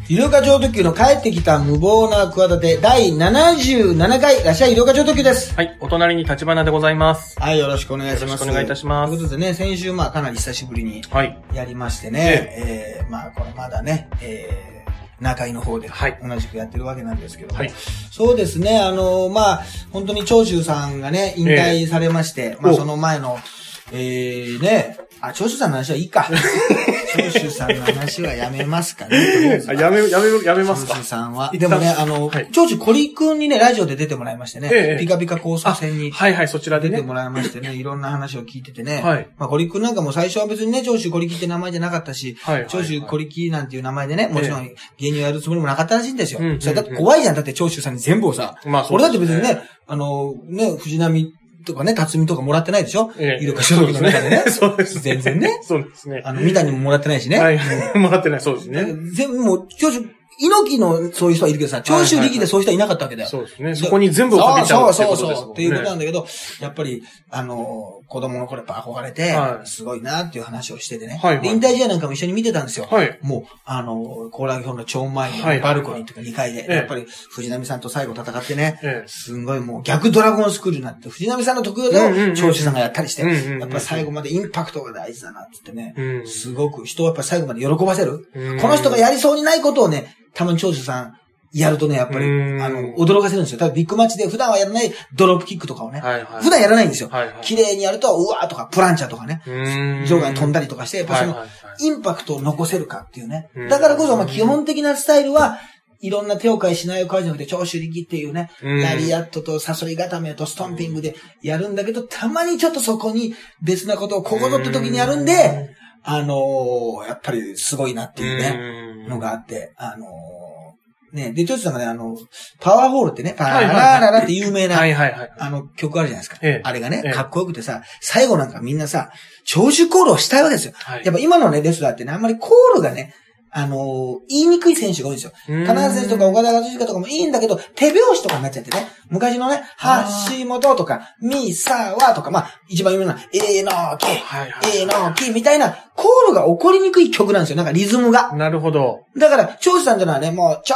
医療課長特急の帰ってきた無謀な企て第77回らっしゃい医療課長特急です。 はい、お隣に立花でございます。 はい、よろしくお願いします。よろしくお願いいたします。 ということでね、先週かなり久しぶりにやりましてね、これまだね、中井の方で同じくやってるわけなんですけども、そうですね、本当に長州さんがね、引退されまして、その前の、長州さんの話はいいか。長州さんの話はやめますかね。 やめますか。 長州さんは。でもね、長州コリくんにね、ラジオで出てもらいましてね、ピカピカ構想戦に。 そちらで出てもらいましてね、いろんな話を聞いててね。コリくんなんかも最初は別にね、長州コリキって名前じゃなかったし、長州コリキなんていう名前でね、もちろん芸人をやるつもりもなかったらしいんですよ。それだって怖いじゃん。だって長州さんに全部をさ。俺だって別にね、藤波とかね、辰巳とかもらってないでしょ？医療課所属の中でね。 そうです。 全然ね。 そうですね。 三谷ももらってないしね。 もらってない、そうですね。 全部もう、猪木のそういう人はいるけどさ、長州力でそういう人はいなかったわけだよ。 そうですね。そこに全部をかけちゃうっていうことですもんね。 そう。っていうことなんだけど、やっぱり、子供の頃やっぱ憧れて、すごいなっていう話をしててね。で、引退試合なんかも一緒に見てたんですよ。もう、後楽園の超前のバルコニーとか2階で、やっぱり藤波さんと最後戦ってね、すんごいもう逆ドラゴンスクールになって、藤波さんの得意技を長州さんがやったりして、やっぱ最後までインパクトが大事だなって言ってね、すごく人をやっぱ最後まで喜ばせる。この人がやりそうにないことをね、たまに長州さんやるとね、やっぱり、驚かせるんですよ。ただビッグマッチで普段はやらないドロップキックとかをね、普段やらないんですよ。綺麗にやると、うわーとか、プランチャーとかね、場外に飛んだりとかして、やっぱその、インパクトを残せるかっていうね。だからこそ、基本的なスタイルは、いろんな手を変えしないを変えじゃなくて、長州力っていうね、ラリアットとサソリ固めとストンピングでやるんだけど、たまにちょっとそこに別なことをここぞって時にやるんで、やっぱりすごいなっていうね、のがあって、で、長州さんがね、パワーホールってね、パラララって有名な、曲あるじゃないですか。あれがね、かっこよくてさ、最後なんかみんなさ、長州コールをしたいわけですよ。やっぱ今のね、レスラーってね、あんまりコールがね、言いにくい選手が多いんですよ。金谷選手とか岡田和親とかもいいんだけど、手拍子とかになっちゃってね。昔のね、橋本とか、三沢とか、一番有名な、のきみたいな、コールが起こりにくい曲なんですよ。なんかリズムが。 なるほど。 だから、長州さんってのはね、もう、長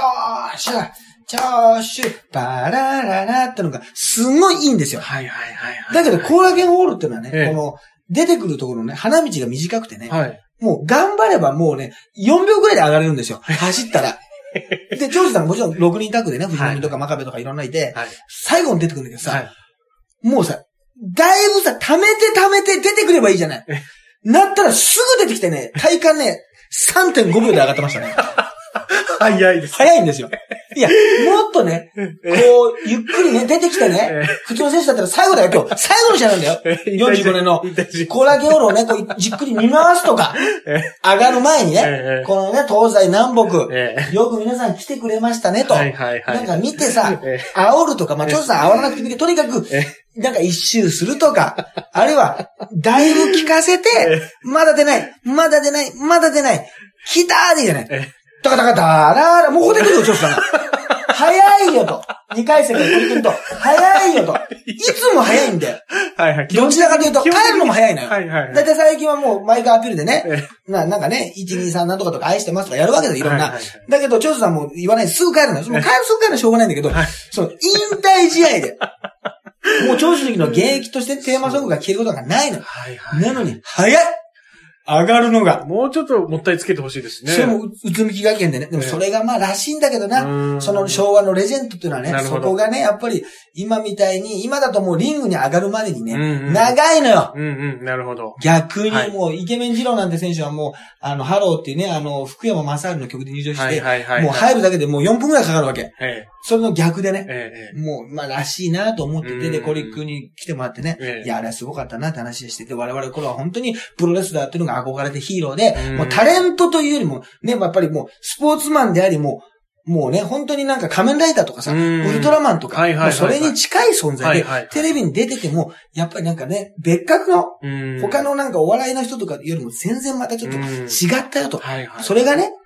州、パラララってのが、すんごいいいんですよ。だけど、後楽園ホールってのはね、この、出てくるところのね、花道が短くてね、もう頑張ればもうね、4秒くらいで上がれるんですよ。走ったら。で、長州さんもちろん6人タッグでね、藤波とか真壁とかいろんないて、最後に出てくるんだけどさ、もうさ、だいぶさ、溜めて出てくればいいじゃない。なったらすぐ出てきてね、体感ね、3.5 秒で上がってましたね。 早いです。 早いんですよ。いや、もっとね、こう、ゆっくりね、出てきてね、普通の選手だったら最後だよ、今日。最後の試合なんだよ。45年の、後楽園ホールをね、こう、じっくり見回すとか、上がる前にね、このね、東西南北、よく皆さん来てくれましたね、と。なんか見てさ、煽るとか、長州さん煽らなくてもいいけど、とにかく、なんか一周するとか、あるいは、だいぶ聞かせて、まだ出ない、来たーでいいじゃない。タカタカタラーラ、もうここで来るよ、長州さんが。早いよと。2回戦から取り組むと、早いよと。いつも早いんだよ。どちらかというと、帰るのも早いのよ。だいたい最近はもうマイクアピールでね、なんかね、123なんとかとか愛してますとかやるわけだよ、いろんな。だけど、長州さんも言わないですぐ帰るのよ。すぐ帰るのはしょうがないんだけど、その、引退試合で。もう長州力の現役としてテーマソングが聴けることがないの。なのに、早い上がるのが。 もうちょっともったいつけてほしいですね。 それも、うつむき学園でね。でもそれがらしいんだけどな。その昭和のレジェンドっていうのはね、そこがね、やっぱり、今みたいに、今だともうリングに上がるまでにね、長いのよ。 なるほど。 逆にもう、イケメン二郎なんて選手はもう、ハローっていうね、福山雅治の曲で入場して、もう入るだけでもう4分くらいかかるわけ。それの逆でね、もう、らしいなと思ってて、で、コリックに来てもらってね、いや、あれはすごかったなって話してて、我々頃は本当にプロレスラーっていうのが憧れてヒーローで、もうタレントというよりも、ね、やっぱりもう、スポーツマンであり、もうね、本当になんか仮面ライダーとかさ、ウルトラマンとか、もうそれに近い存在で、テレビに出てても、やっぱりなんかね、別格の、他のなんかお笑いの人とかよりも全然またちょっと違ったよと。それがね、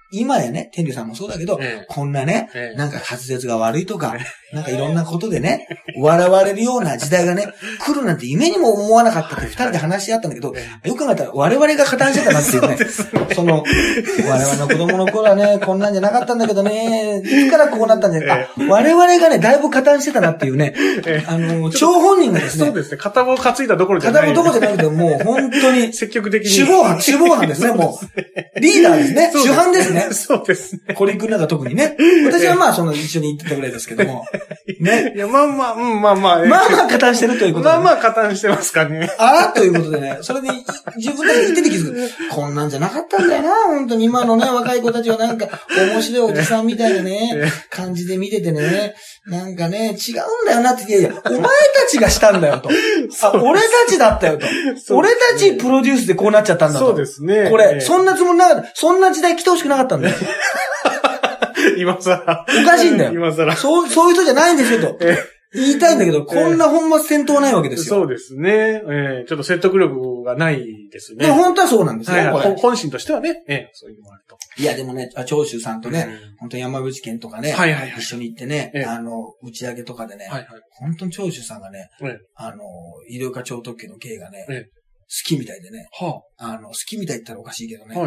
今やね、天竜さんもそうだけど、こんなね、なんか滑舌が悪いとか、なんかいろんなことでね、笑われるような時代がね、来るなんて夢にも思わなかったって二人で話し合ったんだけど、よく考えたら我々が加担してたなっていうね。我々の子供の頃はね、こんなんじゃなかったんだけどね、いつからこうなったんじゃないか。我々がね、だいぶ加担してたなっていうね、張本人がですね。 そうですね、片棒担いだどころじゃない。 片棒どころじゃなくて、もう本当に。 積極的に。 首謀犯ですね、もう。リーダーですね。主犯ですね。 そうですね。 コリ君なんか特にね。私はまあ、一緒に行ってたぐらいですけども。ね。 いや、まあ。まあ加担してるということで。 まあ加担してますかね。 ということでね。それで、自分たちで言ってて気づく。こんなんじゃなかったんだよな、本当に今のね、若い子たちはなんか、面白いおじさんみたいなね、感じで見ててね、なんかね、違うんだよなって、いや、お前たちがしたんだよと。俺たちだったよと。俺たちプロデュースでこうなっちゃったんだと。 そうですね。 これ、そんなつもりなかった。そんな時代来てほしくなかったんだよ。 今更。 おかしいんだよ。 今更。 そういう人じゃないんですよと。言いたいんだけど、こんな本末転倒ないわけですよ。 そうですね。ちょっと説得力がないですね。 でも本当はそうなんですよ。 本心としてはね。そういうのもあると。 いや、でもね、長州さんとね、本当に山口県とかね、一緒に行ってね、打ち上げとかでね、本当に長州さんがね、医療科超特急の経営がね、好きみたいでね、好きみたいって言ったらおかしいけどね、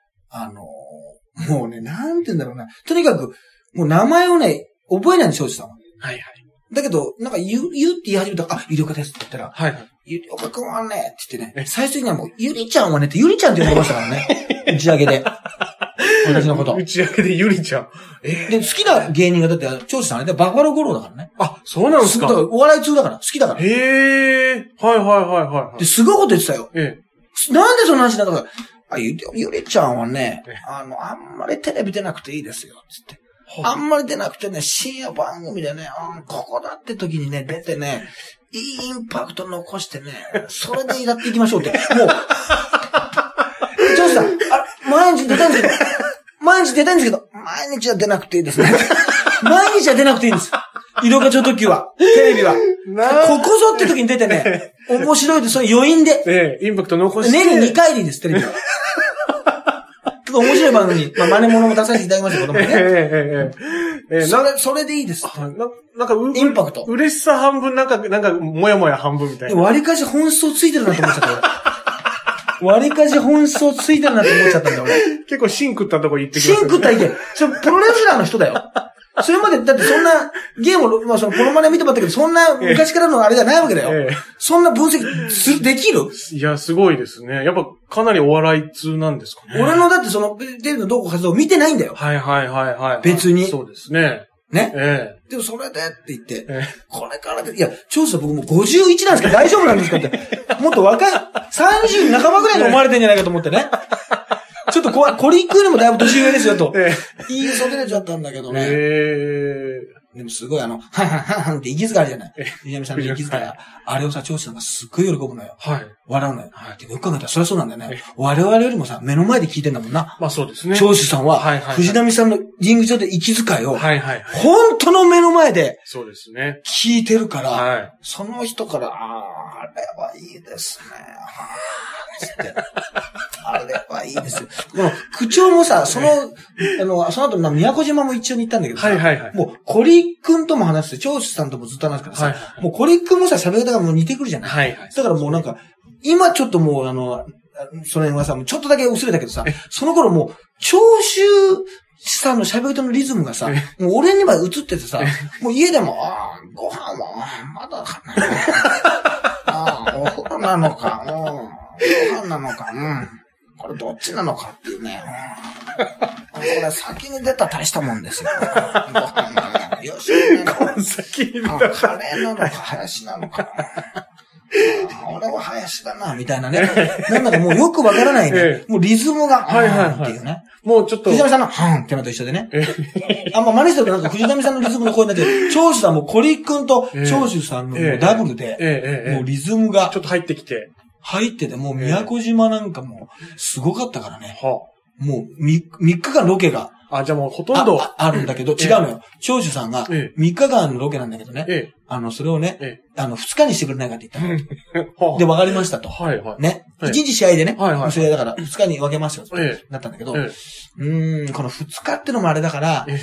もうね、なんて言うんだろうな。とにかく、もう名前をね、覚えないんです、長州さんは。だけど、なんか言うって言い始めたら、医療科ですって言ったら、ゆりおかくんはね、って言ってね、最終的にはもう、ゆりちゃんはねって、ゆりちゃんって呼んでましたからね。打ち上げで。私のこと。 打ち上げでゆりちゃん。 で、好きな芸人がだって、長州さんあれでバファロー五郎だからね。 そうなんですか。 だから、お笑い通だから、好きだから。 はい。 で、すごいこと言ってたよ。なんでその話なんだから、ゆりちゃんはね、あんまりテレビ出なくていいですよ、つって。あんまり出なくてね、深夜番組でね、ここだって時にね、出てね、いいインパクト残してね、それでやっていきましょうって。もう、長州さん、毎日出たいんですけど、毎日は出なくていいですね。毎日は出なくていいんです。医療課長特急は、テレビは。ここぞって時に出てね、面白いで、その余韻で。 インパクト残して。 年に2回でいいです、テレビは。面白い番組に、真似物も出させていただきましたけどもね。それでいいです。 なんか、 インパクト。 嬉しさ半分、なんか、もやもや半分みたいな。 割かし本質をついてるなと思っちゃった。割かし本質をついてるなと思っちゃったんだよ、俺。 結構芯食ったとこ行ってきます。 芯食ったらいけ。プロレスラーの人だよ。それまで、だってそんな、ゲームを、そのプロマネ見てもらったけど、そんな昔からのあれじゃないわけだよ。そんな分析できる？ いや、すごいですね。やっぱ、かなりお笑い通なんですかね。 俺のだってその、テレビのどこ活動見てないんだよ。 はい。 別に。 そうですね。 ね。でもそれでって言って、これからで、いや、長州さん僕もう51なんですけど大丈夫なんですかって。もっと若い、30半ばぐらいに思われてんじゃないかと思ってね。ちょっとコリックよりもだいぶ年上ですよと。言いそびれちゃったんだけどね。でもすごいはんって息遣いあるじゃない。藤波さんの息遣い。あれをさ、長州さんがすっごい喜ぶのよ。笑うのよ。でもよく考えたらそりゃそうなんだよね。我々よりもさ、目の前で聞いてんだもんな。 まあそうですね。 長州さんは、藤波さんのリング上で息遣いを、本当の目の前で、 そうですね。 聞いてるから、その人から、あれはいいですね。あれはいいですよ。口調もさ、その後、宮古島も一緒に行ったんだけどさ、もう、コリックンとも話して、長州さんともずっと話すからさ、もうコリックンもさ、喋り方がもう似てくるじゃない。だからもうなんか、今ちょっともうその辺はさ、ちょっとだけ薄れたけどさ、その頃もう、長州さんの喋り方のリズムがさ、もう俺にまで映っててさ、もう家でも、ご飯は、まだかな。お風呂なのか、ご飯なのか、これどっちなのかっていうね。これ先に出た大したもんですよ。ご飯なのよし。 先に出た。 カレーなのか、ハヤシなのか。俺はハヤシだな、みたいなね。なんだかもうよくわからないね。もうリズムが、っていうね。 もうちょっと。 藤波さんの、ってのと一緒でね。真似してるとなんか藤波さんのリズムの声になって、長州さんもコリックンと長州さんのダブルで、もうリズムが。 ちょっと入ってきて。 入ってて、もう宮古島なんかもすごかったからね。もう3日間ロケが。 じゃあもうほとんど。 あるんだけど、違うのよ。長州さんが、3日間のロケなんだけどね。それをね、2日にしてくれないかって言ったの。で、分かりましたと。ね。1日試合でね。それだから2日に分けますよ。なったんだけど、この2日ってのもあれだから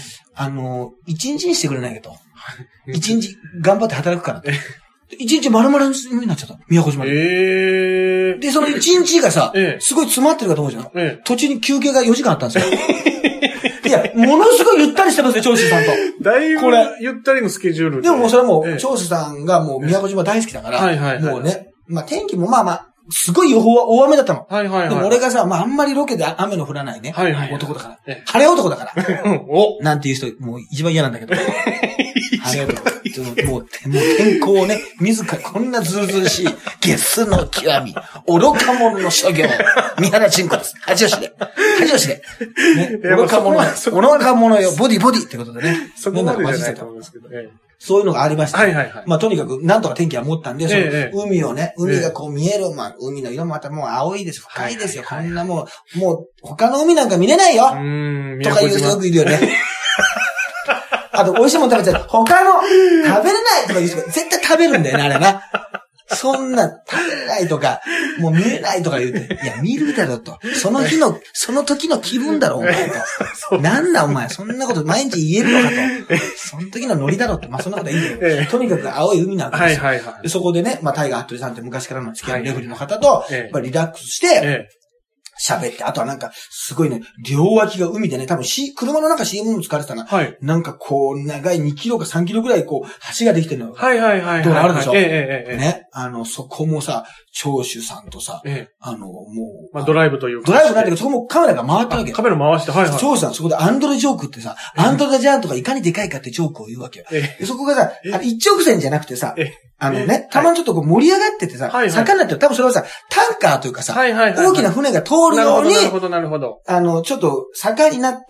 、1日にしてくれないかと。1日頑張って働くからと。1日丸々になっちゃった。宮古島で。で、その1日がさ、すごい詰まってるかと思うじゃん。途中に休憩が4時間あったんですよ。いや、ものすごいゆったりしてますよ、長州さんと。 だいぶゆったりのスケジュールでももうそれはもう、長州さんがもう宮古島大好きだから、もうね、まあ天気もまあまあ、すごい予報は大雨だったの。でも俺がさ、まああんまりロケで雨の降らないね、男だから。晴れ男だから。なんていう人、もう一番嫌なんだけど。晴れ男。もう天候をね、自らこんなずうずうしい、ゲスの極み、愚か者の所業、三原純子です。八吉で。ね、愚か者よ、ボディってことでね。 そこまでじゃないと思うんですけどね。 そういうのがありました。まあとにかく、なんとか天気は持ったんで、その海をね、海がこう見える、まあ海の色もまたもう青いです、深いですよ。こんなもう他の海なんか見れないよ。とか言う人よくいるよね。あと、美味しいもの食べちゃう。他の、食べれないとか言う人が絶対食べるんだよね、あれな。そんな、食べれないとか、もう見れないとか言うて。いや、見るだろと。その時の気分だろ、お前と。なんだお前、そんなこと毎日言えるのかと。その時のノリだろって。まあ、そんなことはいいんだけど。とにかく青い海なわけですよ。でそこでね、まあ、タイガー・ハットリさんって昔からの付き合いのレフェリーの方と、やっぱりリラックスして、喋って、あとはなんか、すごいね、両脇が海でね、多分車の中 CM も使われてたな。なんかこう、長い2キロか3キロぐらいこう、橋ができてるのよ。どうあるでしょ。ね。そこもさ、長州さんとさ、もう。 まあ、ドライブというか。 ドライブなんだけど、そこもカメラが回ったわけよ。 カメラ回して、 長州さん、そこでアンドレジョークってさ、アンドレジャーンとかいかにでかいかってジョークを言うわけよ。そこがさ、一直線じゃなくてさ、ね、たまにちょっとこう盛り上がっててさ、坂になってる。多分それはさ、タンカーというかさ、大きな船が通るように、 なるほど。 ちょっと坂になって、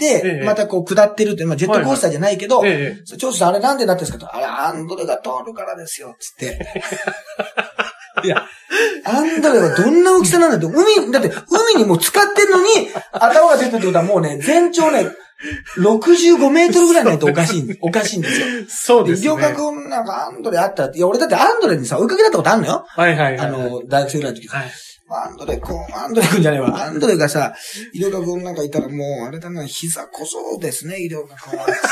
またこう下ってるって、まあジェットコースターじゃないけど、長州さんあれなんでなってるんですかと、あれアンドレが通るからですよ、つって。いや、アンドレはどんな大きさなんだって、だって海にもう使ってるのに、頭が出てるってことはもうね、全長ね、65メートルぐらいないとおかしいんですよ。 そうですね。 医療科君なんかアンドレあったら、いや、俺だってアンドレにさ、追いかけだったことあんのよ。大学生ぐらいの時。アンドレ君じゃねえわ。アンドレがさ、医療科君なんかいたらもう、あれだな、膝こそですね、医療科君は。つって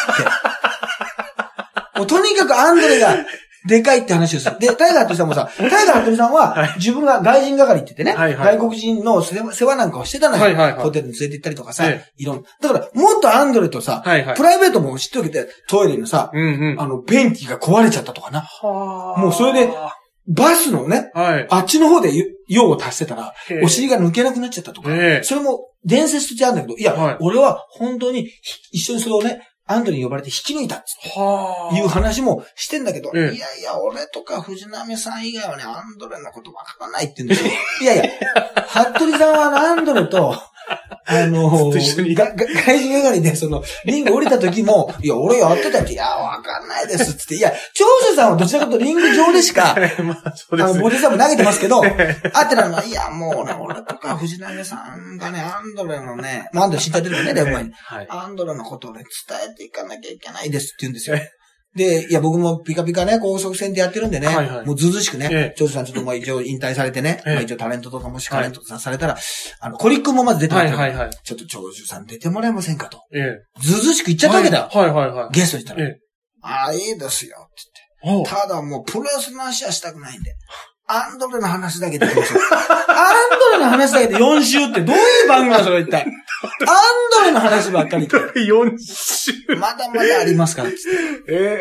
。もうとにかくアンドレが、でかいって話をする。で、タイガー・ハットリさんもさ、タイガー・ハットリさんは、自分が外人係って言ってね、外国人の世話なんかをしてたのよ。ホテルに連れて行ったりとかさ、いろんな。だから、もっとアンドレとさ、プライベートも知っておけて、トイレのさ、便器が壊れちゃったとかな。もうそれで、バスのね、あっちの方で用を足してたら、お尻が抜けなくなっちゃったとか、それも伝説としてあるんだけど、いや、俺は本当に一緒にそれをね、アンドレに呼ばれて引き抜いたっていう話もしてんだけど、いやいや、俺とか藤波さん以外はね、アンドレのことわからないって言うんですよ。いやいや、服部さんはアンドレと、外人係で、リング降りた時も、いや、俺やってたって、いや、わかんないですってって、いや、長州さんはどちらかというとリング上でしか、ボディサーブ投げてますけど、あってなの、いや、もうね、俺とか藤波さんがね、アンドレのね、アンドレ知ってるよね、レフ前に。アンドレのことをね、伝えていかなきゃいけないですって言うんですよ。で、いや、僕もピカピカね、高速船でやってるんでね、もうずうずしくね、長州さんちょっと一応引退されてね、一応タレントとかもしタレントされたら、コリックもまず出てもらって、ちょっと長州さん出てもらえませんかと。ずうずしく言っちゃったわけだよ。ゲストに言ったら。ああ、いいですよ、って言って。ただもうプロレスの話はしたくないんで。アンドレの話だけで4週。アンドレの話だけで4週ってどういう番組だそれ一体。アンドレの話ばっかり。 4週。 まだまだありますから、つって。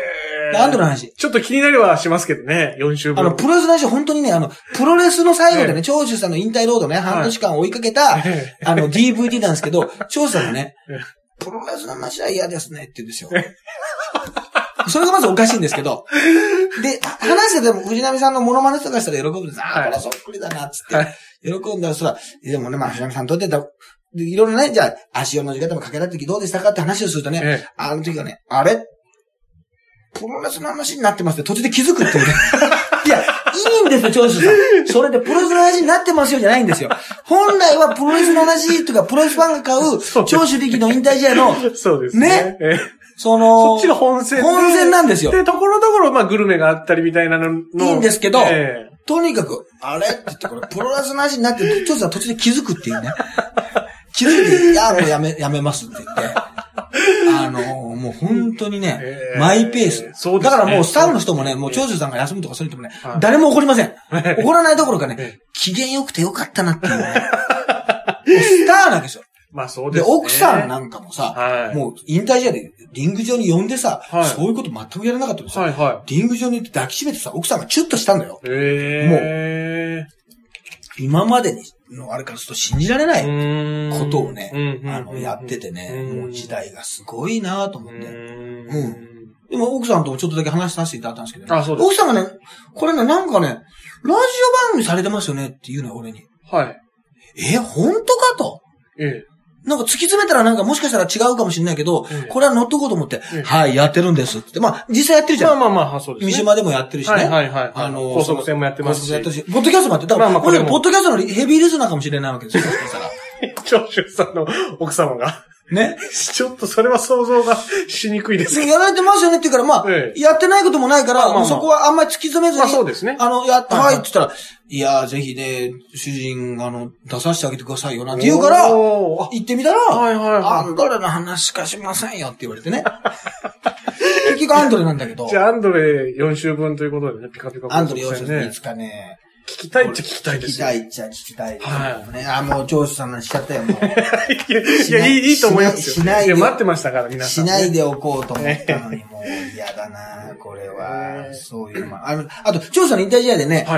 アンドレの話。 ちょっと気になりはしますけどね、4週分。 プロレスの話、本当にね、プロレスの最後でね、長州さんの引退ロードね、半年間追いかけた、DVD なんですけど、長州さんがね、プロレスの話は嫌ですねって言うんですよ。それがまずおかしいんですけど。で、話してても藤波さんのモノマネとかしたら喜ぶんです。ああ、これそっくりだな、つって。喜んだらそら、でもね、まあ藤波さんとってた、いろんなね、じゃあ、足をの字方もかけられた時どうでしたかって話をするとね、あの時はね、あれプロレスの話になってますって途中で気づくっていうね。いや、 いいんですよ、長州さん。それでプロレスの話になってますよじゃないんですよ。本来はプロレスの話とか、プロレスファンが買う、長州力の引退試合の、 そうですね。 そっちが本線。 本線なんですよ。 で、ところどころ、まあ、グルメがあったりみたいなの。いいんですけど、とにかく、あれって言って、これ、プロレスの話になって、長州さん途中で気づくっていうね。気づいて、いや、もうやめますって言って。もう本当にね、マイペース。そうですね。だからもうスタッフの人もね、もう長州さんが休むとかそういう人もね、誰も怒りません。怒らないどころかね、機嫌良くてよかったなっていうね。もうスターなんですよ。 まあそうですね。 で、奥さんなんかもさ、もう引退試合でリング上に呼んでさ、そういうこと全くやらなかったのさ、リング上に行って抱きしめてさ、奥さんがチュッとしたんだよ。もう、今までのあれからすると信じられないことをね、やっててね、もう時代がすごいなと思って。でも奥さんともちょっとだけ話させていただいたんですけどね。奥さんがね、これね、なんかね、ラジオ番組されてますよねって言うのよ、俺に。 はい。 本当かと。なんか突き詰めたらなんかもしかしたら違うかもしれないけど、これは乗っとこうと思って、はい、やってるんですって。まあ、実際やってるじゃん。 まあ、そうですね。 三島でもやってるしね。 高速船もやってますし。 ポッドキャストもやってる。だから、これポッドキャストのヘビーリスナーかもしれないわけですよ。 長州さんの奥様が。 ね。 ちょっとそれは想像がしにくいですけど。 やられてますよねって言うから、まあ、やってないこともないから、そこはあんまり突き詰めずに。 そうですね。 はいって言ったら、いや、ぜひね、主人、出させてあげてくださいよなんて言うから、行ってみたら、アンドレの話しかしませんよって言われてね。結局アンドレなんだけど。 じゃあアンドレ4週分ということでね、ピカピカ。 アンドレ4週分いつかね。 聞きたいっちゃ聞きたいですよ。 聞きたいっちゃ聞きたいですね。もう長州さんのしちゃったよ、もう。 いや、いいと思いますよ。 しないで。 待ってましたから、皆さん。 しないでおこうと思ったのに、もう嫌だなこれは。そういう、あと、長州さんの引退試合でね、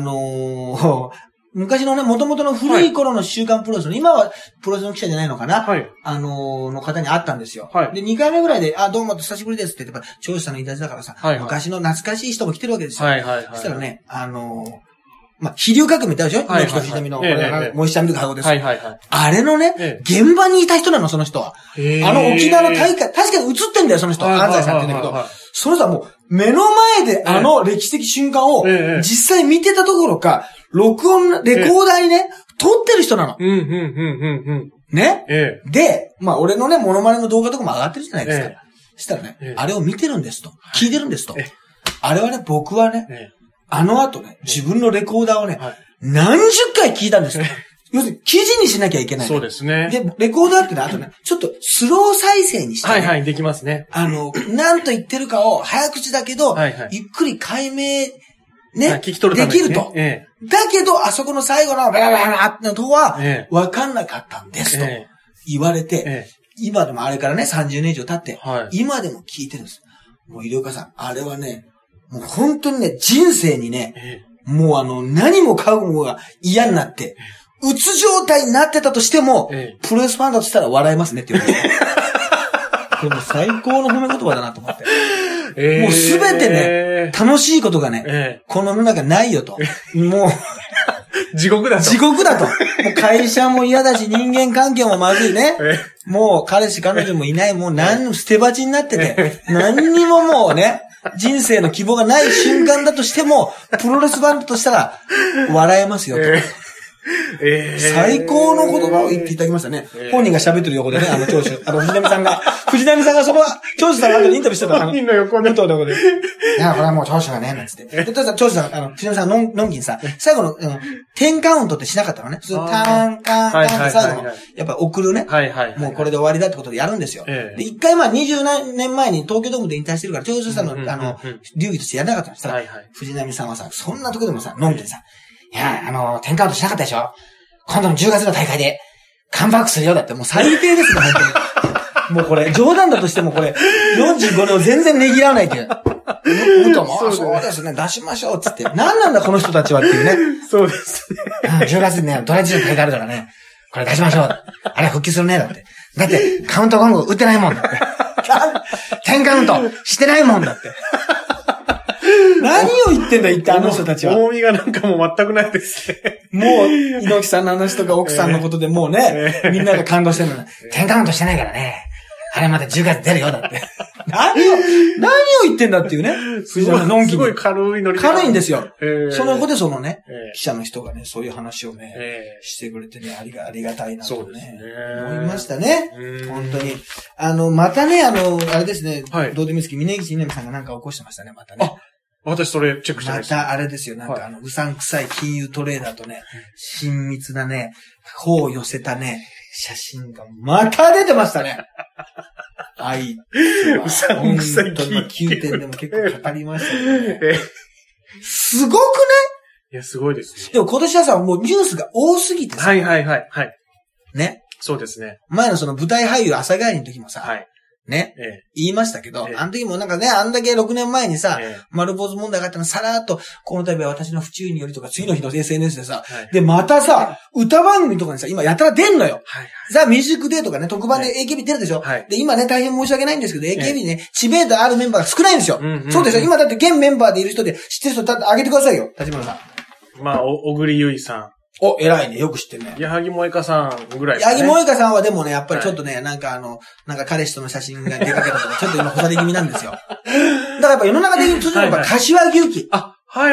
昔のね、元々の古い頃の週刊プロレスの、今はプロレスの記者じゃないのかなの方に会ったんですよ。で、2回目ぐらいで、どうも久しぶりですって言って、長州さんの引退だからさ、昔の懐かしい人も来てるわけですよ。そしたらね、飛龍革命ってあるでしょ猪木と藤波の、モイスチャーミルク箱です。あれのね、現場にいた人なの、その人は。沖縄の大会、確かに映ってんだよ、その人。安西さんって言うんだけど、その人はもう、目の前で歴史的瞬間を、実際見てたところか、レコーダーにね、撮ってる人なの。ねで、俺のね、モノマネの動画とかも上がってるじゃないですか。そしたらね、あれを見てるんですと。聞いてるんですと。あれはね、僕はね、あの後ね、自分のレコーダーをね、何十回聞いたんですよ。要するに、記事にしなきゃいけない。 そうですね。 で、レコーダーってのは、あとね、ちょっとスロー再生にして、 できますね。 何と言ってるかを早口だけど、ゆっくり解明、ね、 聞き取るためにできると。だけど、あそこの最後のバラバラってのとは、わかんなかったんですと言われて、今でもあれからね、30年以上経って、今でも聞いてるんです。もう、医療家さん、あれはね、もう本当にね、人生にね、もう何も買うものが嫌になって、うつ状態になってたとしても、プロレスファンだとしたら笑えますねって言われて。これもう最高の褒め言葉だなと思って。もうすべてね、楽しいことがね、この世の中ないよと。もう、 地獄だと。 地獄だと。もう会社も嫌だし、人間関係もまずいね。もう彼氏彼女もいない、もう捨て鉢になってて、何にももうね、人生の希望がない瞬間だとしても、プロレスバンドとしたら、笑えますよと。最高の言葉を言っていただきましたね。本人が喋ってる横でね、長州、藤波さんがそこは、長州さんが後でインタビューしてた本人の横で。 いや、これはもう長州がね、なんつって。で、長州さん、藤波さん、のんきにさ、最後の、10カウントってしなかったのね。ターン、カーン、カーンって最後の、やっぱ送るね。もうこれで終わりだってことでやるんですよ。で、一回20何年前に東京ドームで引退してるから、長州さんの、流儀としてやらなかったんですよ。藤波さんはさ、そんなとこでもさ、のんきにさ、いや、10カウントしなかったでしょ？今度の10月の大会で、カムバックするよだって、もう最低ですね、本当に。もうこれ、冗談だとしてもこれ、45年を全然ねぎらわないっていう。本当もう、そうですね、出しましょう、つって。何なんだ、この人たちはっていうね。 そうですね。 10月にね、ドライチの大会あるからね、これ出しましょう。あれ復帰するね、だって。だって、カウントゴング打ってないもんだって。10カウントしてないもんだって。何を言ってんだ、一体あの人たちは。 重みがなんかもう全くないですね。 もう、猪木さんの話とか奥さんのことでもうね、みんなが感動してるのに、10カウントしてないからね。あれまた10月出るよ、だって。 何を言ってんだっていうね。 すごい軽いノリで。 軽いんですよ。その子でそのね、記者の人がね、そういう話をね、してくれてね、ありがたいなとね、思いましたね。本当に。またね、あれですね、どうでもいいですけど、峯岸みなみさんがなんか起こしてましたね、またね。 あ、私それチェックしてました。 またあれですよ、なんかうさんくさい金融トレーダーとね、親密なね、頬を寄せたね、写真がまた出てましたね。はい。 うさんくさい金融。9点でも結構語りましたけどね。すごくね？ いや、すごいですね。 でも今年はさ、もうニュースが多すぎてさ。 はい。 ね。 そうですね。 前のその舞台俳優朝帰りの時もさ、 はい。 ね、言いましたけど、あの時もなんかね、あんだけ6年前にさ、丸坊主問題があったのさらーっと、この度は私の不注意によりとか、次の日の SNS でさ、で、またさ、歌番組とかにさ、今やたら出んのよ。ザ・ミュージックデーとかね、特番で AKB 出るでしょ。で、今ね、大変申し訳ないんですけど、AKB ね、知名度あるメンバーが少ないんですよ。そうですよ。今だって現メンバーでいる人で知ってる人、あげてくださいよ、立花さん。 まあ、小栗ゆいさん。 お、偉いね。よく知ってるね。 矢作萌香さんぐらいですね。 矢作萌香さんはでもね、やっぱりちょっとね、なんか彼氏との写真が出かけたとか、ちょっと今干され気味なんですよ。だからやっぱ世の中的に通じるのが柏木由紀。 あ、はい。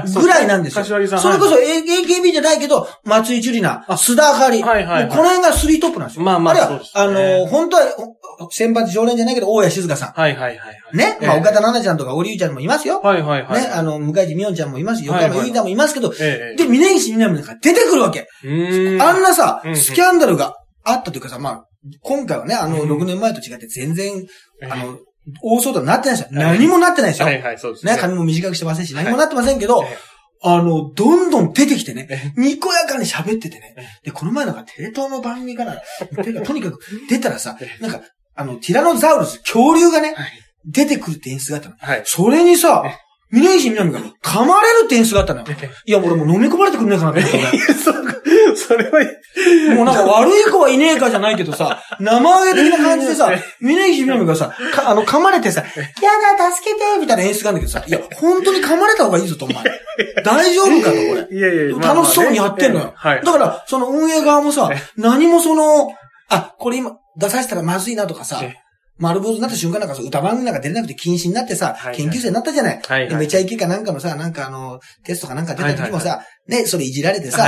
ぐらいなんですよ。 柏木さん。 それこそ AKB じゃないけど、松井樹里奈、須田あかり。この辺がスリートップなんですよ。 まあ、そうですね。 本当は、選抜常連じゃないけど、大谷静香さん。ね。まあ、岡田奈々ちゃんとか、織生ちゃんもいますよ。ね。向井地美音ちゃんもいますよ。横山由依奈もいますけど、で、峯岸みなみなんか出てくるわけ。あんなさ、スキャンダルがあったというかさ、まあ、今回はね、6年前と違って全然、大騒動になってないですよ。何もなってないですよ。 そうですね。 髪も短くしてませんし、何もなってませんけど、どんどん出てきてね、にこやかに喋っててね。で、この前なんかテレ東の番組から、とにかく出たらさ、なんか、ティラノザウルス、恐竜がね、出てくるって演出があったの。それにさ、峯岸みなみが噛まれるって演出があったのよ。いや、俺もう飲み込まれてくんねえかなって思った。 それは、 もうなんか悪い子はいねえかじゃないけどさ、生揚げ的な感じでさ、峯岸みなみがさ、噛まれてさ、やだ、助けてみたいな演出があるんだけどさ、いや、本当に噛まれた方がいいぞと、お前。大丈夫かと、これ。 いや、 楽しそうにやってんのよ。だから、その運営側もさ、何もこれ今出させたらまずいなとかさ、丸坊主になった瞬間なんか歌番組なんか出れなくて禁止になってさ、研究生になったじゃない。でめちゃイケかなんかのさ、なんかテストかなんか出た時もさ、ね、それいじられてさ、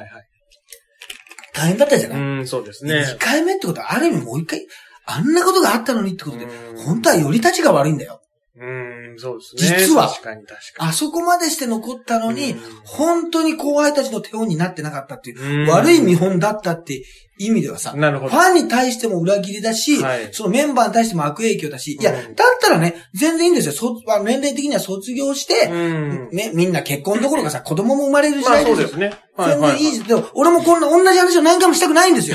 大変だったじゃない。 そうですね。 2回目ってことはある意味もう一回、あんなことがあったのにってことで、本当はより立ちが悪いんだよ。 そうですね。 実は、 確かに。 あそこまでして残ったのに、本当に後輩たちの手本になってなかったっていう、悪い見本だったって意味ではさ、ファンに対しても裏切りだし、そのメンバーに対しても悪影響だし、いや、だったらね、全然いいんですよ。年齢的には卒業して、ね、みんな結婚どころかさ、子供も生まれる時代ですよ。 そうですね。 全然いいですけど、俺もこんな同じ話を何回もしたくないんですよ。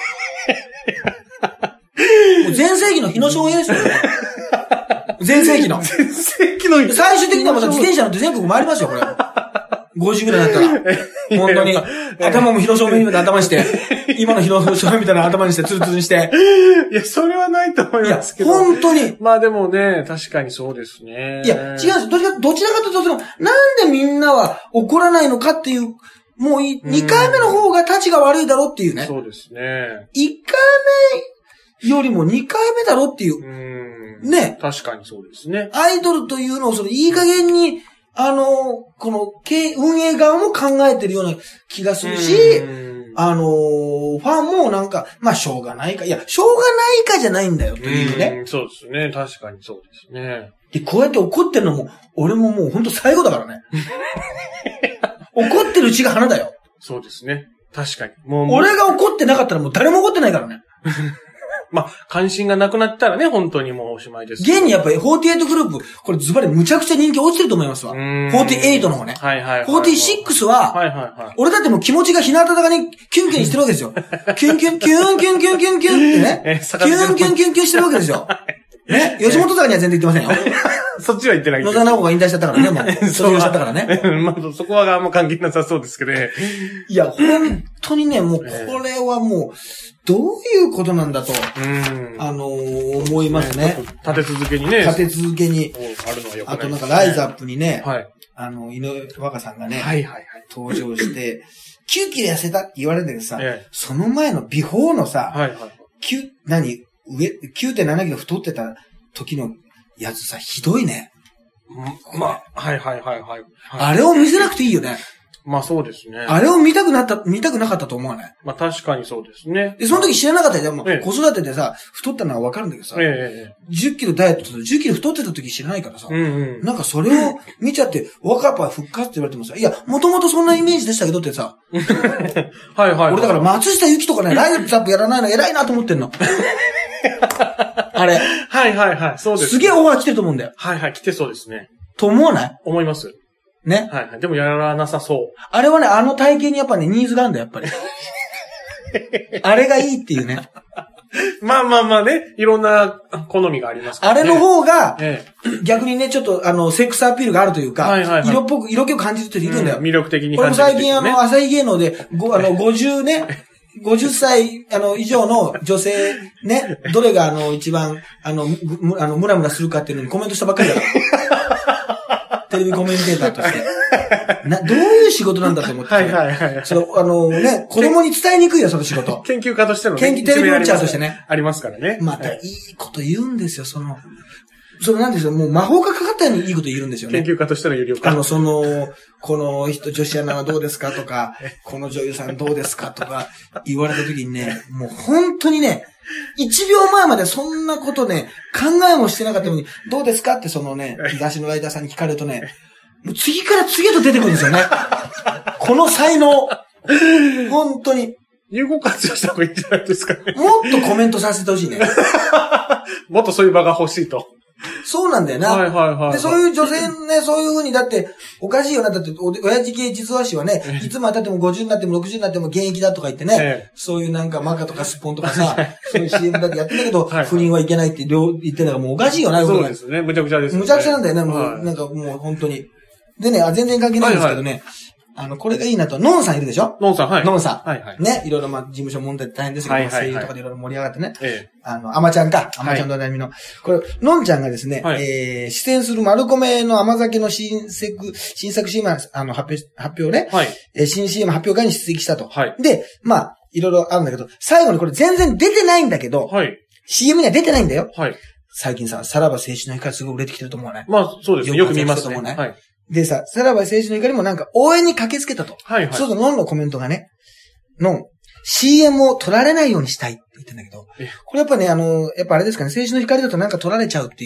もう全盛期の日野翔平ですよ。全盛期の。最終的にはまた自転車乗って全国回りますよ、これ。5時ぐらいだったら。本当に。頭も広正面みたいな頭にして、今の広正面みたいな頭にして、ツルツルにして。 いや、それはないと思いますけど。 いや、本当に。 まあでもね、確かにそうですね。 いや、違うんですよ。どちらかというと、なんでみんなは怒らないのかっていう、もう2回目の方が立ちが悪いだろうっていうね。 そうですね。 1回目よりも2回目だろうっていう。ね。 確かにそうですね。 アイドルというのをいい加減に、この運営側も考えてるような気がするし、ファンもなんか、まあ、しょうがないか。いや、しょうがないかじゃないんだよ、というね。 そうですね。確かにそうですね。 で、こうやって怒ってるのも、俺ももうほんと最後だからね。怒ってるうちが花だよ。 そうですね。確かに。 俺が怒ってなかったらもう誰も怒ってないからね。 まあ、関心がなくなったらね、本当にもうおしまいです。 現にやっぱり48グループ、これズバリむちゃくちゃ人気落ちてると思いますわ。48の方ね。46は、俺だってもう気持ちが日向坂にキュンキュンしてるわけですよ。キュンキュン、キュンキュン、キュンキュン、キュンってね。キュンキュン、キュンキュンしてるわけですよ。ね。吉本坂には全然言ってませんよ。 そっちは言ってない。 野沢直子が引退しちゃったからね、もう。卒業しちゃったからね。 まあ、そこはあんま関係なさそうですけどね。 いや、本当にね、もう、これはもう、どういうことなんだと、思いますね。 立て続けにね。 立て続けに。 あるのはよくない。 あとなんか、ライズアップにね、 はい。 井上若さんがね、登場して、9キロ痩せたって言われるんだけどさ、その前のビフォーのさ、9.7キロ太ってた時のやつさ、ひどいね。 まあ、はいはいはいはい。 あれを見せなくていいよね。 まあそうですね。 あれを見たくなかったと思わない？ まあ確かにそうですね。 で、その時知らなかったじゃん。もう子育てでさ、太ったのはわかるんだけどさ、10キロダイエットと10キロ太ってた時知らないからさ、なんかそれを見ちゃって、若っぱ復活って言われてもさ、いや、もともとそんなイメージでしたけどってさ、 はいはい。 俺だから松下由紀とかね、ライザップやらないの偉いなと思ってんの。あれ。 はいはいはい。そうです。 すげえオファー来てると思うんだよ。 はいはい、来てそうですね。 と思わない？ 思います。 ね。 はいはい。でもやらなさそう。 あれはね、あの体型にやっぱね、ニーズがあるんだよ、やっぱり。あれがいいっていうね。 まあまあまあね、いろんな好みがありますからね。 あれの方が、逆にね、ちょっとセックスアピールがあるというか、色気を感じる人いるんだよ。 魅力的に感じる。これも最近朝日芸能で、50ね、50歳、以上の女性、ね、どれが一番、ムラムラするかっていうのにコメントしたばっかりだから。テレビコメンテーターとして。どういう仕事なんだと思って。はいはいはい。ね、子供に伝えにくいよ、その仕事。 研究家としてのね。 テレビウォッチャーとしてね。 ありますからね。 またいいこと言うんですよ、なんですよ、もう魔法がかかったようにいいこと言うんですよね。 研究家としての有料化。 この人、女子アナはどうですかとか、この女優さんどうですかとか言われた時にね、もう本当にね、1秒前までそんなことね、考えもしてなかったのに、どうですかって雑誌のライターさんに聞かれるとね、もう次から次へと出てくるんですよね。この才能。本当に。 有効活用した方がいいんじゃないですか。 もっとコメントさせてほしいね。 もっとそういう場が欲しいと。 そうなんだよな。 はいはいはい。 で、そういう女性ね、そういう風に、だって、おかしいよな。だって、親父系実話師はね、いつまで経っても50になっても60になっても現役だとか言ってね、そういうなんかマカとかスッポンとかさ、そういう CM だってやってんだけど、不倫はいけないって言ってんだからもうおかしいよな。 そうですね。むちゃくちゃですね。 むちゃくちゃなんだよね。もう、なんかもう本当に。でね、全然関係ないんですけどね。これがいいなと、ノンさんいるでしょ？ ノンさん、はい。 ノンさん。 はいはい。 ね、いろいろ事務所問題大変ですけど、声優とかでいろいろ盛り上がってね。アマちゃんの悩みの。これ、ノンちゃんがですね、出演するマルコメの甘酒の新作 CM 発表ね。はい。新 CM 発表会に出席したと。はい。で、いろいろあるんだけど、最後にこれ全然出てないんだけど、はい。CM には出てないんだよ。はい。最近さ、さらば青春の光すごい売れてきてると思わない？ まあ、そうですね。よく見ますね。 はい。でさ、さらば青春の光もなんか応援に駆けつけたと。はいはい。そうするとノンのコメントがね、ノン、CM を取られないようにしたいって言ってんだけど、これやっぱね、やっぱあれですかね、青春の光だとなんか取られちゃうっていう、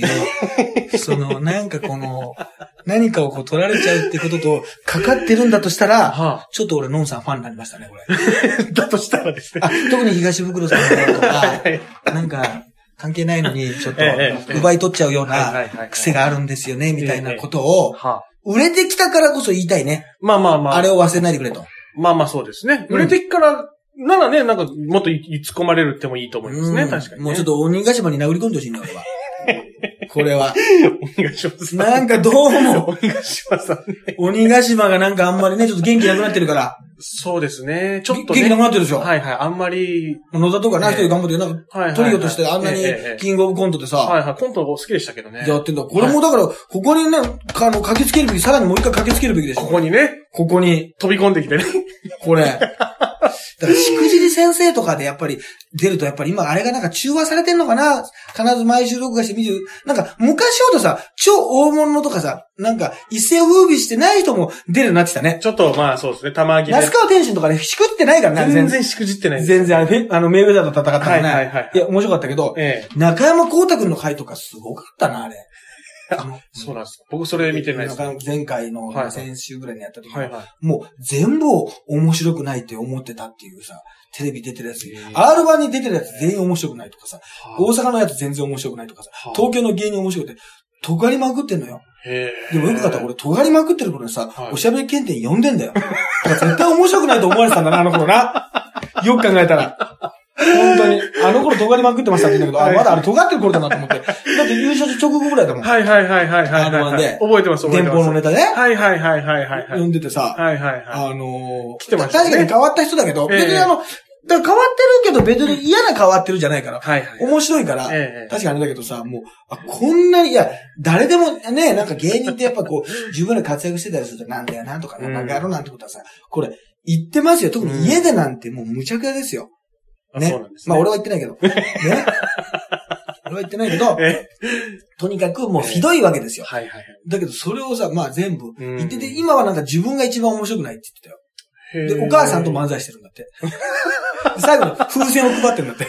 なんか何かを取られちゃうってことと、かかってるんだとしたら、ちょっと俺ノンさんファンになりましたね、これ。 だとしたらですね。 特に東袋さんとか、なんか、関係ないのに、ちょっと、奪い取っちゃうような癖があるんですよね、みたいなことを、売れてきたからこそ言いたいね。 まあまあまあ。 あれを忘れないでくれと。 まあまあそうですね。売れてきからならね、なんかもっと突っ込まれるってもいいと思いますね、確かに。 もうちょっと鬼ヶ島に殴り込んでほしいんだ、俺は。これは。 鬼ヶ島さん。 なんかどうも。 鬼ヶ島さんね。 鬼ヶ島がなんかあんまりね、ちょっと元気なくなってるから。 そうですね。ちょっとね。元気なくなってるでしょ。 はいはい。あんまり。 野田とかな、一人頑張ってる。なんか、トリオとしてあんなにキングオブコントでさ。 はいはい。コント好きでしたけどね。 やってんだ。これもだから、ここにね、駆けつけるべき、さらにもう一回駆けつけるべきでしょ。 ここにね。 ここに。 飛び込んできてね。 これ。だから、しくじり先生とかでやっぱり出ると、やっぱり今あれがなんか中和されてんのかな？必ず毎週録画して見る。なんか昔ほどさ、超大物とかさ、なんか一世を風靡してない人も出るようになってきたね。 ちょっとまあそうですね、たまにね。 那須川天心とかね、しくってないからね。 全然しくじってない。 全然メイウェザーと戦ったからね。 はいはいはい。 いや、面白かったけど、中山光太くんの回とかすごかったな、あれ。 そうなんです。僕それ見てないです。 前回の先週ぐらいにやった時もう全部面白くないって思ってたっていうさ、テレビ出てるやつ、R1 に出てるやつ全員面白くないとかさ、大阪のやつ全然面白くないとかさ、東京の芸人面白くて、尖りまくってんのよ。でもよく考えたら俺尖りまくってる頃にさ、おしゃべり検定呼んでんだよ。だから絶対面白くないと思われてたんだな、あの頃な。よく考えたら。本当に。あの頃尖りまくってましたって言うんだけど、まだあれ尖ってる頃だなと思って。だって優勝直後ぐらいだもん。 はいはいはいはいはい。 R1 で。 覚えてます、覚えてます。 電報のネタで。 はいはいはいはいはい。 読んでてさ。 はいはいはい。 来てましたね。確かに変わった人だけど、別にだから変わってるけど別に嫌な変わってるじゃないから。はいはい。面白いから。確かにあれだけどさ、もう、こんなに、いや、誰でもね、なんか芸人ってやっぱこう、自分で活躍してたりするとなんだよなんとか、なんかやろうなんてことはさ、これ、言ってますよ。特に家でなんてもう無茶苦茶ですよ。ね。まあ俺は言ってないけど。ね。 れは言ってないけど、とにかくもうひどいわけですよ。 はいはいはい。 だけどそれをさ、まあ全部言ってて、今はなんか自分が一番面白くないって言ってたよ。で、お母さんと漫才してるんだって。最後の風船を配ってるんだって。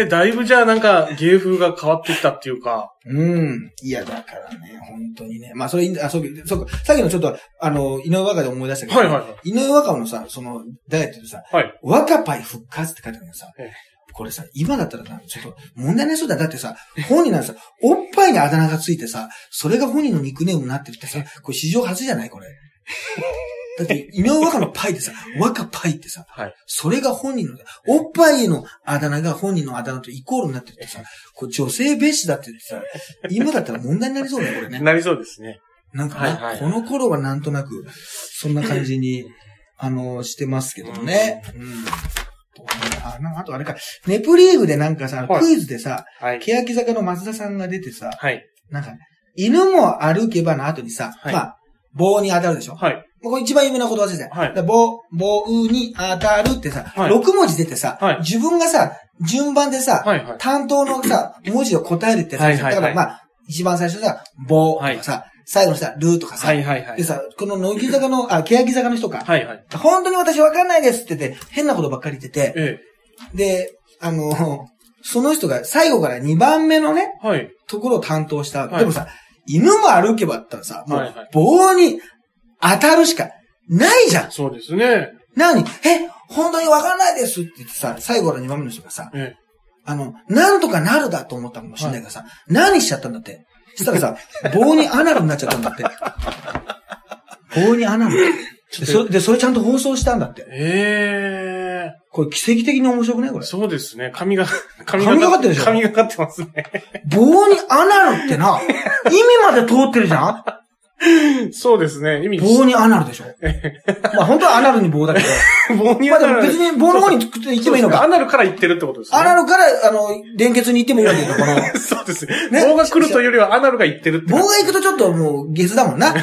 だいぶじゃあなんか芸風が変わってきたっていうか。 いや、だからね、本当にね。まあそれ、そうか、さっきのちょっと、井上和歌で思い出したけど、はいはいはい、井上和歌のさ、ダイエットでさ、はい、和歌パイ復活って書いてあるのさ、これさ、今だったらちょっと問題ないそうだ。だってさ、本人なんさ、おっぱいにあだ名がついてさ、それが本人のニックネームになってるってさ、これ史上初じゃないこれ。だって、井上和歌のパイってさ、和歌パイってさ、はい、それが本人の、おっぱいのあだ名が本人のあだ名とイコールになってるってさ、これ女性蔑視だって言ってさ、今だったら問題になりそうね、これね。 なりそうですね。 なんか、はいはいはい、この頃はなんとなく、そんな感じに、してますけどもね。あとあれか、ネプリーグでなんかさ、はい、クイズでさ、はい、欅坂の松田さんが出てさ、はい、なんか、犬も歩けばの後にさ、はい、まあ、棒に当たるでしょ。はい。これ一番有名な言葉ですね。はい。棒に当たるってさ、はい、6文字出てさ、はい、自分がさ、順番でさ、はいはい、担当のさ、文字を答えるってさ、はいはいはい、だからまあ、一番最初さ、棒とかさ、はい、最後のさ、ルーとかさ、はいはいはい、でさ、この乃木坂の、欅坂の人か、はいはい、本当に私わかんないですって言って、変なことばっかり言ってて、で、その人が最後から2番目のね、はい、ところを担当した。はい、でもさ、犬も歩けばって言ったらさ、もう棒に当たるしかないじゃん。 そうですね。 本当にわかんないですって言ってさ、最後から2番目の人がさ、なんとかなるだと思ったかもしれないからさ、何しちゃったんだって。そしたらさ、棒にアナルになっちゃったんだって。棒にアナル。で、それちゃんと放送したんだって。これ奇跡的に面白くないこれ。 そうですね。髪がかってるでしょ。髪がかってますね。 棒にアナルってな、意味まで通ってるじゃんそうですね。 棒にアナルでしょ。まあ本当はアナルに棒だけど。棒にアナル。まあ別に棒の方に行ってもいいのか。 アナルから行ってるってことですね。 アナルから、連結に行ってもいいわけよ、この。 そうですね。棒が来るというよりはアナルが行ってるって。 棒が行くとちょっともうゲスだもんな。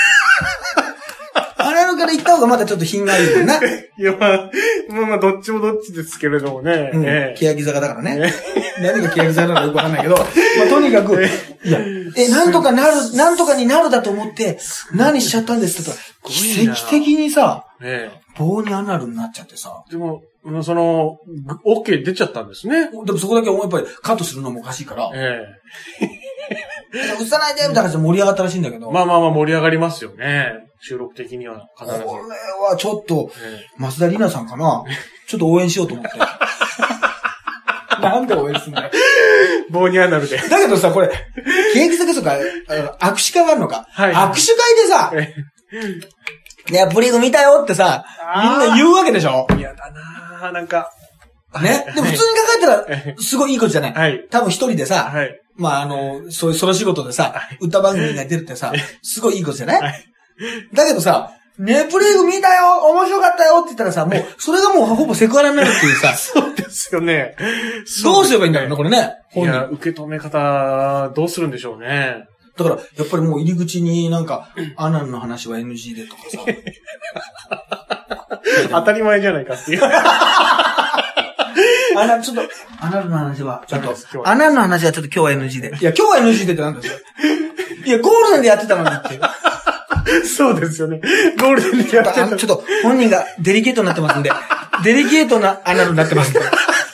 アナルから行った方がまだちょっと品がいいよな。いや、まあ、どっちもどっちですけれどもね。 欅坂だからね。何が欅坂なのかよくわかんないけど、まあとにかく、いや、なんとかになるだと思って、何しちゃったんですって言ったら、奇跡的にさ、棒にアナルになっちゃってさ。 でも、OK 出ちゃったんですね。 でもそこだけやっぱりカットするのもおかしいから。映さないでみたいな感じで盛り上がったらしいんだけど。 まあ盛り上がりますよね。収録的には必ず。 これはちょっと、増田里奈さんかなちょっと応援しようと思って。なんで応援すんだよ。 棒にアナルで。 だけどさ、これ、欅坂とか、握手会があるのか。はい、握手会でさ、ね、プリーグ見たよってさ、みんな言うわけでしょ。 嫌だなぁ、なんか。 ね。でも普通に考えたら、すごいいいことじゃない。はい。多分一人でさ、はい。まあそういうソロ仕事でさ、歌番組が出るってさ、すごいいいことじゃない？はい。だけどさ、ネプリーグ見たよ面白かったよって言ったらさ、もう、それがもうほぼセクハラになるっていうさ。 そうですよね。 どうすればいいんだろうね、これね。 いや、受け止め方、どうするんでしょうね。 だから、やっぱりもう入り口になんか、アナルの話は NG でとかさ。 当たり前じゃないかっていう。 ちょっと、アナルの話は、ちょっと、アナルの話はちょっと今日は NG で。いや、今日は NG でってなんですよ。いや、ゴールデンでやってたのにって。 そうですよね。ゴールデンでやってた。 ちょっと、本人がデリケートになってますんで、デリケートなアナルになってますんで。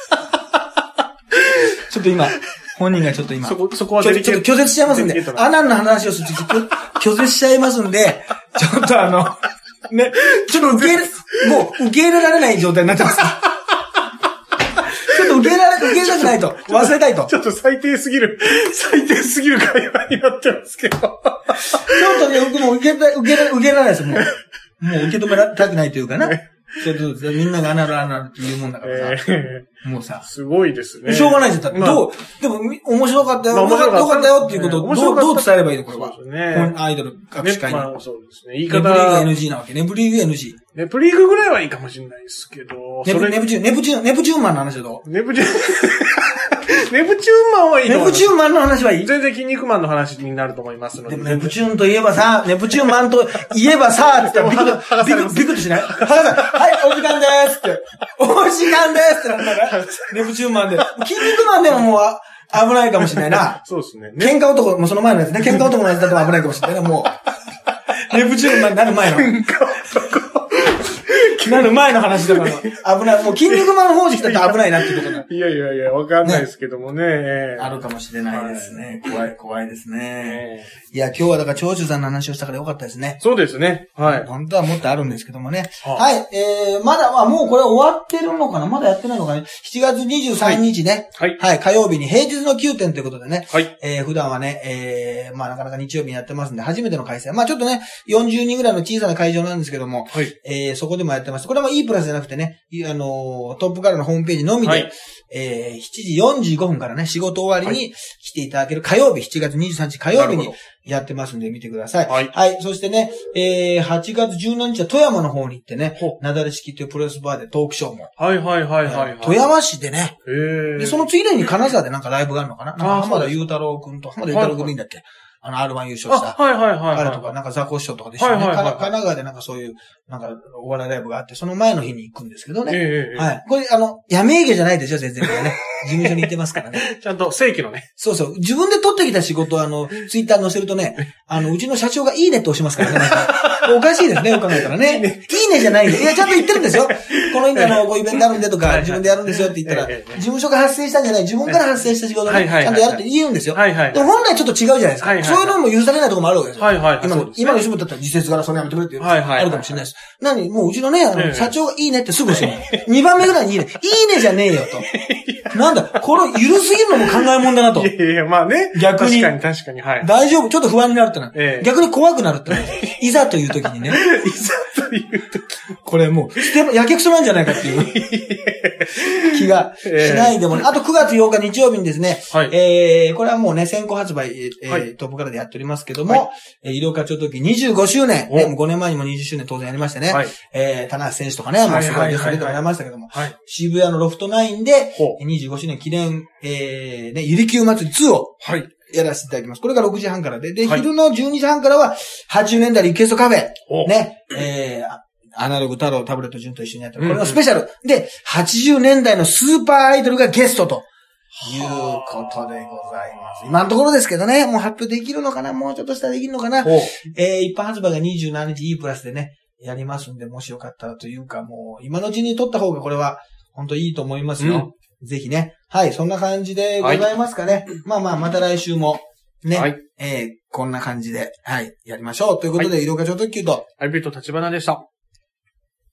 ちょっと今、本人がちょっと今、そこはデリケート。ちょっと拒絶しちゃいますんで、アナルの話をすると拒絶しちゃいますんで、ちょっとね、ちょっともう受け入れられない状態になってます。ちょっと受け入れたくないと。忘れたいと。 ちょっと最低すぎる会話になってますけど。ちょっとね、もう受けられないですよ、もう受け止めたくないというかな。みんながアナルって言うもんだからさ。もうさ。 すごいですね。 しょうがないじゃん。でも、面白かったよ。面白かったよっていうことをどう伝えればいいのこれは。そうですね。アイドル、握手会に。 そうですね。言い方。 ネプリーグが NG なわけ。ネプリーグ NG。 ネプリーグぐらいはいいかもしれないですけど。 ネプチューンマンの話だと。 ネプチューンマンはいい。 ネプチューンマンの話はいい。 全然筋肉マンの話になると思いますので。 でもネプチューンといえばさ、ネプチューンマンといえばさ、って言ったらビクッとしない？はい、お時間でーすって。お時間でーすってなんだから。ネプチューンマンで。筋肉マンでももう、 危ないかもしれないな。 そうですね。 喧嘩男、もうその前のやつね。喧嘩男のやつだと危ないかもしれないな、もう。ネプチューンになる前の。喧嘩男。なる前の話だから、危ない。もう筋肉マン方式だと危ないなってことだ。 いや、わかんないですけどもね。 あるかもしれないですね。怖いですね。いや、今日はだから長州さんの話をしたからよかったですね。 そうですね。はい。 本当はもっとあるんですけどもね。はい。まだ、もうこれ終わってるのかな、まだやってないのかね。7月23日ね。はい。はい。火曜日に平日の9点ということでね。はい。普段はね、なかなか日曜日にやってますんで、初めての開催。ちょっとね、40人ぐらいの小さな会場なんですけども。はい。そこでもやってます。これはEプラスじゃなくてね、トップからのホームページのみで、はい、7時45分からね、仕事終わりに来ていただける火曜日、7月23日火曜日にやってますんで見てください。はい。はい。そしてね、8月17日は富山の方に行ってね、なだれ式というプロレスバーでトークショーも。はい。富山市でね。で、その次の日に金沢でなんかライブがあるのかな。浜田雄太郎くんと、浜田雄太郎くんでいいんだっけ。R1 優勝した。あれとか、なんかザコシショウとかで一緒にね。神奈川でなんかそういう、なんかお笑いライブがあって、その前の日に行くんですけどね。はい。これ、やめ営業じゃないですよ、全然これね。事務所に行ってますからね。 ちゃんと正規のね。 そう。自分で取ってきた仕事をツイッターに載せるとね、うちの社長がいいねって押しますからね。おかしいですね、お考えたらね。いいねじゃないんで。いや、ちゃんと言ってるんですよ。この日にごイベントあるんでとか、自分でやるんですよって言ったら、事務所が発生したんじゃない、自分から発生した仕事をね、ちゃんとやるって言うんですよ。でも本来ちょっと違うじゃないですか。そういうのも許されないところもあるわけですよ。今の吉本だったら自説からそれやめてくれっていう。あるかもしれないです。もううちのね、社長がいいねってすぐ押してる。2番目ぐらいにいいね。いいねじゃねえよと。なんだ、これ緩すぎるのも考えもんだなと。 いや、まあね。 逆に。 確かに、はい。 大丈夫。ちょっと不安になるってのは。逆に怖くなるってのは。いざという時にね。いざという時。 これもう、やけくそなんじゃないかっていう気がしないでもね。あと9月8日日曜日にですね。はい。これはもうね、先行発売、トップからでやっておりますけども、医療課長時25周年。5年前にも20周年当然やりましてね。はい。棚橋選手とかね、もうすごいゲスト出てもらいましたけども。はい。渋谷のロフト9で、25周年記念、ゆりきゅう祭り2を。はい。やらせていただきます。これが6時半からで。で、昼の12時半からは、80年代リクエストカフェ。ね。アナログ太郎タブレット順と一緒にやってる。これのスペシャル。で、80年代のスーパーアイドルがゲストと。いうことでございます。今のところですけどね、もう発表できるのかな、もうちょっとしたらできるのかな。一般発売が27日 E プラスでね、やりますんで、もしよかったらというか、もう今のうちに撮った方がこれは本当いいと思いますよ。ぜひね。はい、そんな感じでございますかね。はい、また来週もね、はい、こんな感じで、はい、やりましょう。ということで、医療課長特急と、 アイビート立花でした。